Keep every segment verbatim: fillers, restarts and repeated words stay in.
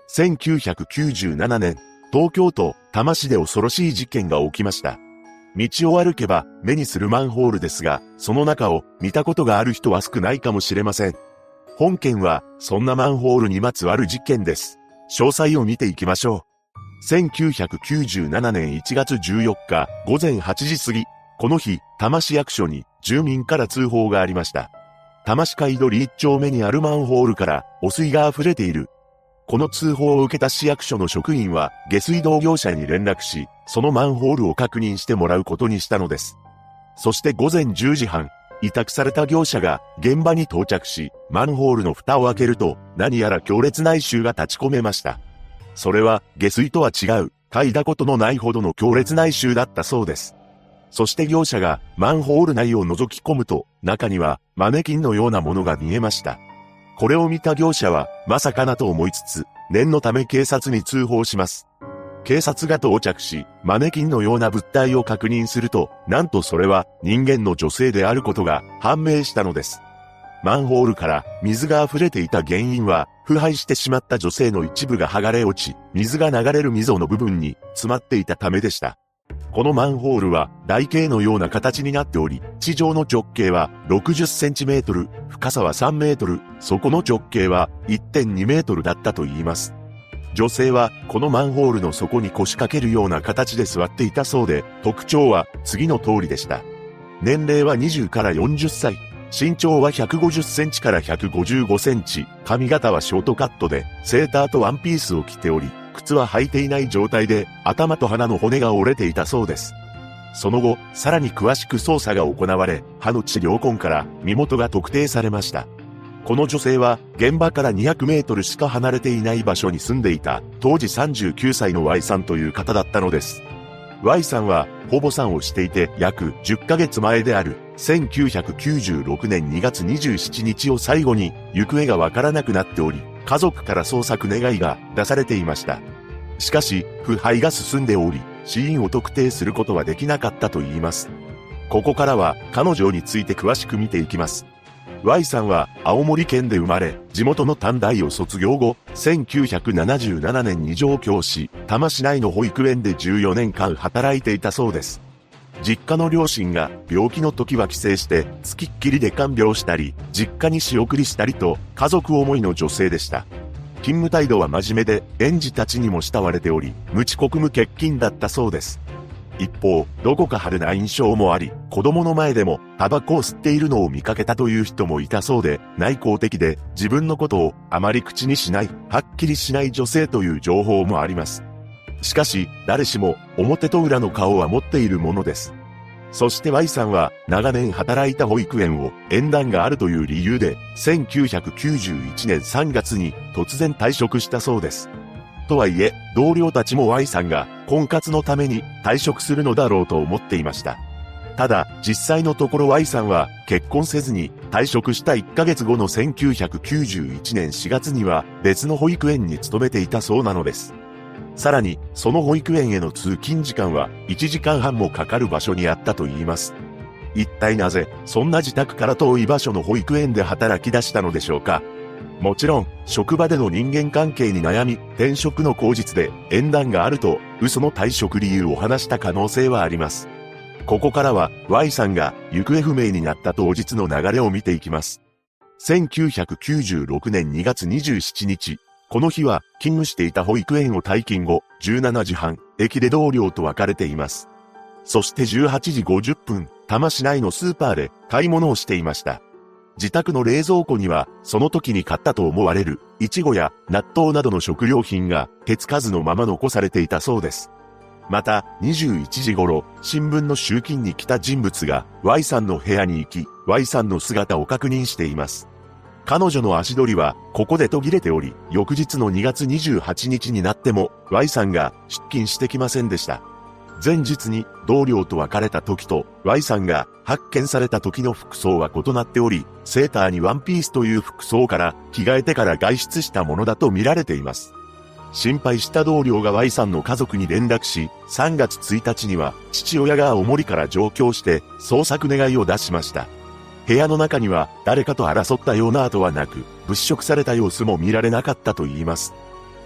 せんきゅうひゃくきゅうじゅうななねん、東京都多摩市で恐ろしい事件が起きました。道を歩けば目にするマンホールですが、その中を見たことがある人は少ないかもしれません。本件は、そんなマンホールにまつわる事件です。詳細を見ていきましょう。せんきゅうひゃくきゅうじゅうななねんいちがつじゅうよっかごぜんはちじ過ぎ、この日、多摩市役所に住民から通報がありました。多摩市街道いっ丁目にあるマンホールから汚水が溢れている。この通報を受けた市役所の職員は下水道業者に連絡し、そのマンホールを確認してもらうことにしたのです。そしてごぜんじゅうじはん、委託された業者が現場に到着し、マンホールの蓋を開けると、何やら強烈な異臭が立ち込めました。それは下水とは違う、嗅いだことのないほどの強烈な異臭だったそうです。そして業者がマンホール内を覗き込むと、中にはマネキンのようなものが見えました。これを見た業者は、まさかなと思いつつ、念のため警察に通報します。警察が到着し、マネキンのような物体を確認すると、なんとそれは人間の女性であることが判明したのです。マンホールから水が溢れていた原因は、腐敗してしまった女性の一部が剥がれ落ち、水が流れる溝の部分に詰まっていたためでした。このマンホールは台形のような形になっており、地上の直径はろくじゅっセンチメートル、深さはさんメートル、底の直径は いってんにメートルだったといいます。女性はこのマンホールの底に腰掛けるような形で座っていたそうで、特徴は次の通りでした。年齢はにじゅうからよんじゅっさい、身長はひゃくごじゅっセンチからひゃくごじゅうごセンチ、髪型はショートカットで、セーターとワンピースを着ており、靴は履いていない状態で、頭と鼻の骨が折れていたそうです。その後、さらに詳しく捜査が行われ、歯の治療痕から身元が特定されました。この女性は、現場からにひゃくメートルしか離れていない場所に住んでいた、当時さんじゅうきゅうさいの Y さんという方だったのです。Y さんは、保母さんをしていて、約じゅっかげつまえである、せんきゅうひゃくきゅうじゅうろくねんにがつにじゅうしちにちを最後に、行方がわからなくなっており、家族から捜索願いが出されていました。しかし、腐敗が進んでおり、死因を特定することはできなかったといいます。ここからは、彼女について詳しく見ていきます。Y さんは、青森県で生まれ、地元の短大を卒業後、せんきゅうひゃくななじゅうななねんに上京し、多摩市内の保育園でじゅうよねんかん働いていたそうです。実家の両親が病気の時は帰省して、付きっきりで看病したり、実家に仕送りしたりと、家族思いの女性でした。勤務態度は真面目で、園児たちにも慕われており、無遅刻無欠勤だったそうです。一方、どこか派手な印象もあり、子供の前でもタバコを吸っているのを見かけたという人もいたそうで、内向的で自分のことをあまり口にしない、はっきりしない女性という情報もあります。しかし、誰しも表と裏の顔は持っているものです。そして Y さんは長年働いた保育園を縁談があるという理由でせんきゅうひゃくきゅうじゅういちねんさんがつに突然退職したそうです。とはいえ、同僚たちも Y さんが婚活のために退職するのだろうと思っていました。ただ、実際のところ Y さんは結婚せずに退職したいっかげつごのせんきゅうひゃくきゅうじゅういちねんしがつには別の保育園に勤めていたそうなのです。さらに、その保育園への通勤時間はいちじかんはんもかかる場所にあったといいます。一体なぜ、そんな自宅から遠い場所の保育園で働き出したのでしょうか。もちろん、職場での人間関係に悩み、転職の口実で縁談があると、嘘の退職理由を話した可能性はあります。ここからは、Y さんが行方不明になった当日の流れを見ていきます。せんきゅうひゃくきゅうじゅうろくねんにがつにじゅうしちにち、この日は勤務していた保育園を退勤後、じゅうしちじはん、駅で同僚と別れています。そしてじゅうはちじごじゅっぷん、多摩市内のスーパーで買い物をしていました。自宅の冷蔵庫には、その時に買ったと思われる、いちごや納豆などの食料品が手つかずのまま残されていたそうです。また、にじゅういちじ頃、新聞の集金に来た人物が Y さんの部屋に行き、Y さんの姿を確認しています。彼女の足取りは、ここで途切れており、翌日のにがつにじゅうはちにちになっても、Y さんが出勤してきませんでした。前日に同僚と別れた時と Y さんが発見された時の服装は異なっており、セーターにワンピースという服装から着替えてから外出したものだと見られています。心配した同僚が Y さんの家族に連絡し、さんがつついたちには父親が青森から上京して捜索願いを出しました。部屋の中には誰かと争ったような跡はなく、物色された様子も見られなかったといいます。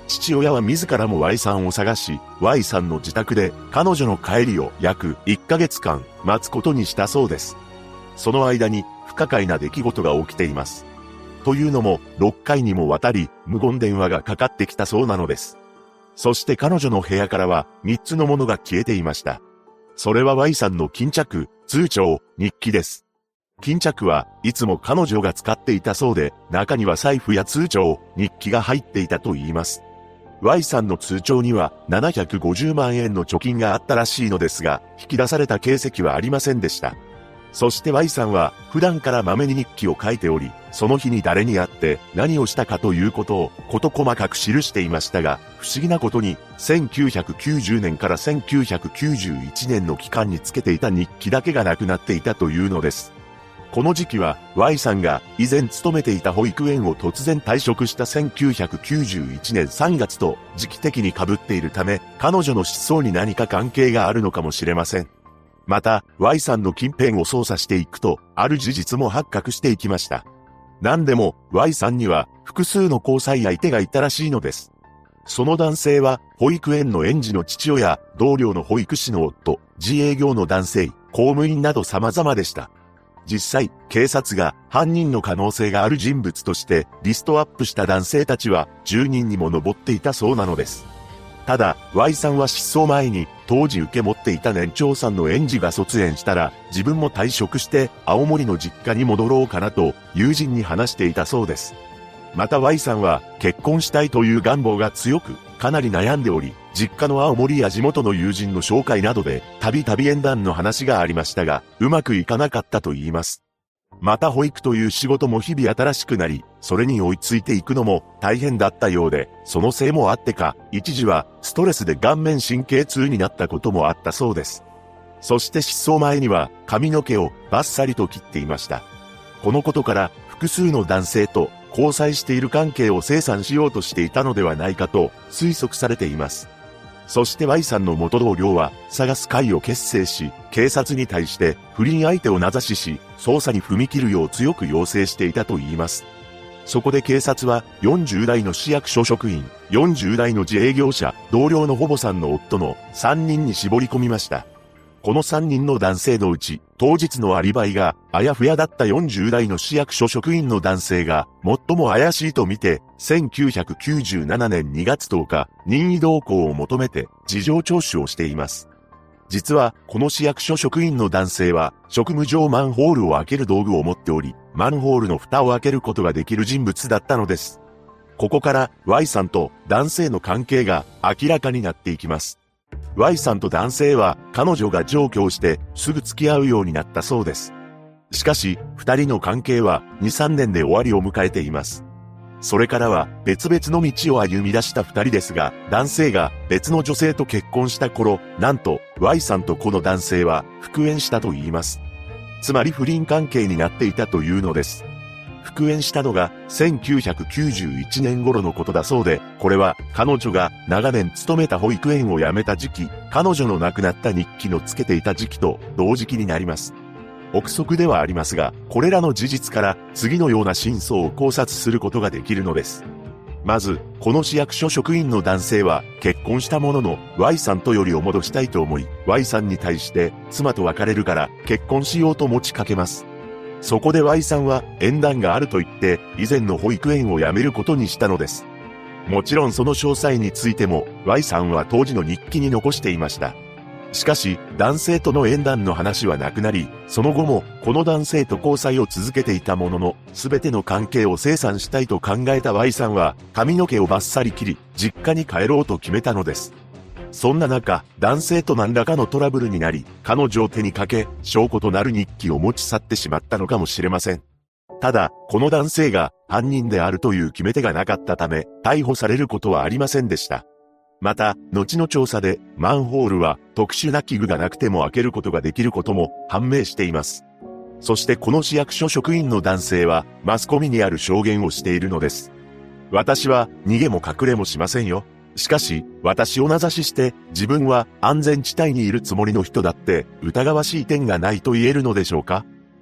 父親は自らも Y さんを探し、Y さんの自宅で彼女の帰りを約いっかげつかん待つことにしたそうです。その間に不可解な出来事が起きています。というのも、ろっかいにもわたり無言電話がかかってきたそうなのです。そして彼女の部屋からはみっつのものが消えていました。それは Y さんの巾着、通帳、日記です。巾着はいつも彼女が使っていたそうで、中には財布や通帳、日記が入っていたと言います。Y さんの通帳にはななひゃくごじゅうまんえんの貯金があったらしいのですが、引き出された形跡はありませんでした。そして Y さんは普段からまめに日記を書いており、その日に誰に会って何をしたかということを事細かく記していましたが、不思議なことにせんきゅうひゃくきゅうじゅうねんからせんきゅうひゃくきゅうじゅういちねんの期間につけていた日記だけがなくなっていたというのです。この時期は Y さんが以前勤めていた保育園を突然退職したせんきゅうひゃくきゅうじゅういちねんさんがつと時期的に被っているため、彼女の失踪に何か関係があるのかもしれません。また、Y さんの近辺を捜査していくと、ある事実も発覚していきました。何でも、Y さんには複数の交際相手がいたらしいのです。その男性は、保育園の園児の父親、同僚の保育士の夫、自営業の男性、公務員など様々でした。実際、警察が犯人の可能性がある人物としてリストアップした男性たちはじゅうにんにも上っていたそうなのです。ただ、Y さんは失踪前に当時受け持っていた年長さんの園児が卒園したら自分も退職して青森の実家に戻ろうかなと友人に話していたそうです。また Y さんは結婚したいという願望が強くかなり悩んでおり、実家の青森や地元の友人の紹介などでたびたび縁談の話がありましたが、うまくいかなかったと言います。また保育という仕事も日々新しくなり、それに追いついていくのも大変だったようで、そのせいもあってか、一時はストレスで顔面神経痛になったこともあったそうです。そして失踪前には髪の毛をバッサリと切っていました。このことから複数の男性と交際している関係を清算しようとしていたのではないかと推測されています。そして Y さんの元同僚は探す会を結成し、警察に対して不倫相手を名指しし、捜査に踏み切るよう強く要請していたといいます。そこで警察はよんじゅうだいの市役所職員、よんじゅうだいの自営業者、同僚の保母さんの夫のさんにんに絞り込みました。このさんにんの男性のうち、当日のアリバイがあやふやだったよんじゅうだいの市役所職員の男性が最も怪しいと見て、せんきゅうひゃくきゅうじゅうななねんにがつとおか、任意同行を求めて事情聴取をしています。実は、この市役所職員の男性は、職務上マンホールを開ける道具を持っており、マンホールの蓋を開けることができる人物だったのです。ここから Y さんと男性の関係が明らかになっていきます。Y さんと男性は彼女が上京してすぐ付き合うようになったそうです。しかし、二人の関係はに、さんねんで終わりを迎えています。それからは別々の道を歩み出した二人ですが、男性が別の女性と結婚した頃、なんと Y さんとこの男性は復縁したと言います。つまり不倫関係になっていたというのです。復縁したのがせんきゅうひゃくきゅうじゅういちねん頃のことだそうで、これは彼女が長年勤めた保育園を辞めた時期、彼女の亡くなった日記のつけていた時期と同時期になります。憶測ではありますが、これらの事実から次のような真相を考察することができるのです。まず、この市役所職員の男性は結婚したものの Y さんとよりを戻したいと思い、Y さんに対して妻と別れるから結婚しようと持ちかけます。そこで Y さんは縁談があると言って以前の保育園を辞めることにしたのです。もちろんその詳細についても Y さんは当時の日記に残していました。しかし男性との縁談の話はなくなり、その後もこの男性と交際を続けていたものの、すべての関係を清算したいと考えた Y さんは髪の毛をバッサリ切り、実家に帰ろうと決めたのです。そんな中、男性と何らかのトラブルになり、彼女を手にかけ、証拠となる日記を持ち去ってしまったのかもしれません。ただ、この男性が犯人であるという決め手がなかったため、逮捕されることはありませんでした。また、後の調査で、マンホールは特殊な器具がなくても開けることができることも判明しています。そしてこの市役所職員の男性は、マスコミにある証言をしているのです。私は逃げも隠れもしませんよ。しかし、私を名指しして、自分は安全地帯にいるつもりの人だって、疑わしい点がないと言えるのでしょうか？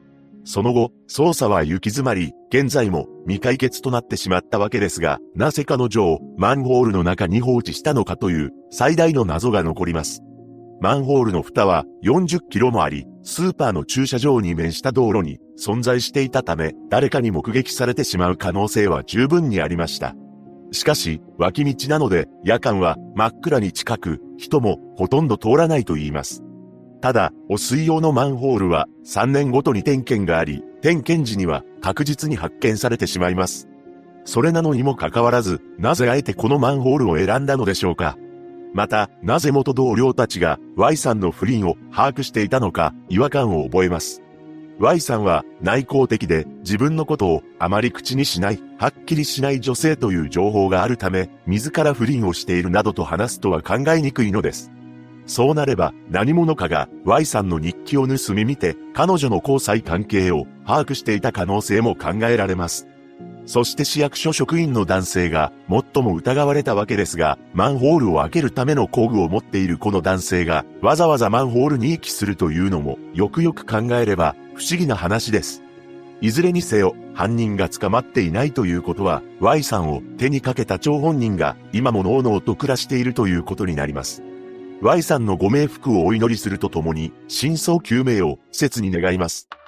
その後、捜査は行き詰まり、現在も未解決となってしまったわけですが、なぜ彼女をマンホールの中に放置したのかという最大の謎が残ります。マンホールの蓋はよんじゅっキロもあり、スーパーの駐車場に面した道路に存在していたため、誰かに目撃されてしまう可能性は十分にありました。しかし、脇道なので、夜間は真っ暗に近く、人もほとんど通らないと言います。ただ、汚水用のマンホールはさんねんごとに点検があり、点検時には確実に発見されてしまいます。それなのにもかかわらず、なぜあえてこのマンホールを選んだのでしょうか。また、なぜ元同僚たちが Y さんの不倫を把握していたのか違和感を覚えます。Y さんは内向的で自分のことをあまり口にしない、はっきりしない女性という情報があるため、自ら不倫をしているなどと話すとは考えにくいのです。そうなれば何者かが Y さんの日記を盗み見て彼女の交際関係を把握していた可能性も考えられます。そして市役所職員の男性が最も疑われたわけですが、マンホールを開けるための工具を持っているこの男性がわざわざマンホールに遺棄するというのもよくよく考えれば不思議な話です。いずれにせよ犯人が捕まっていないということは Y さんを手にかけた張本人が今ものうのうと暮らしているということになります。Y さんのご冥福をお祈りするとともに真相究明を切に願います。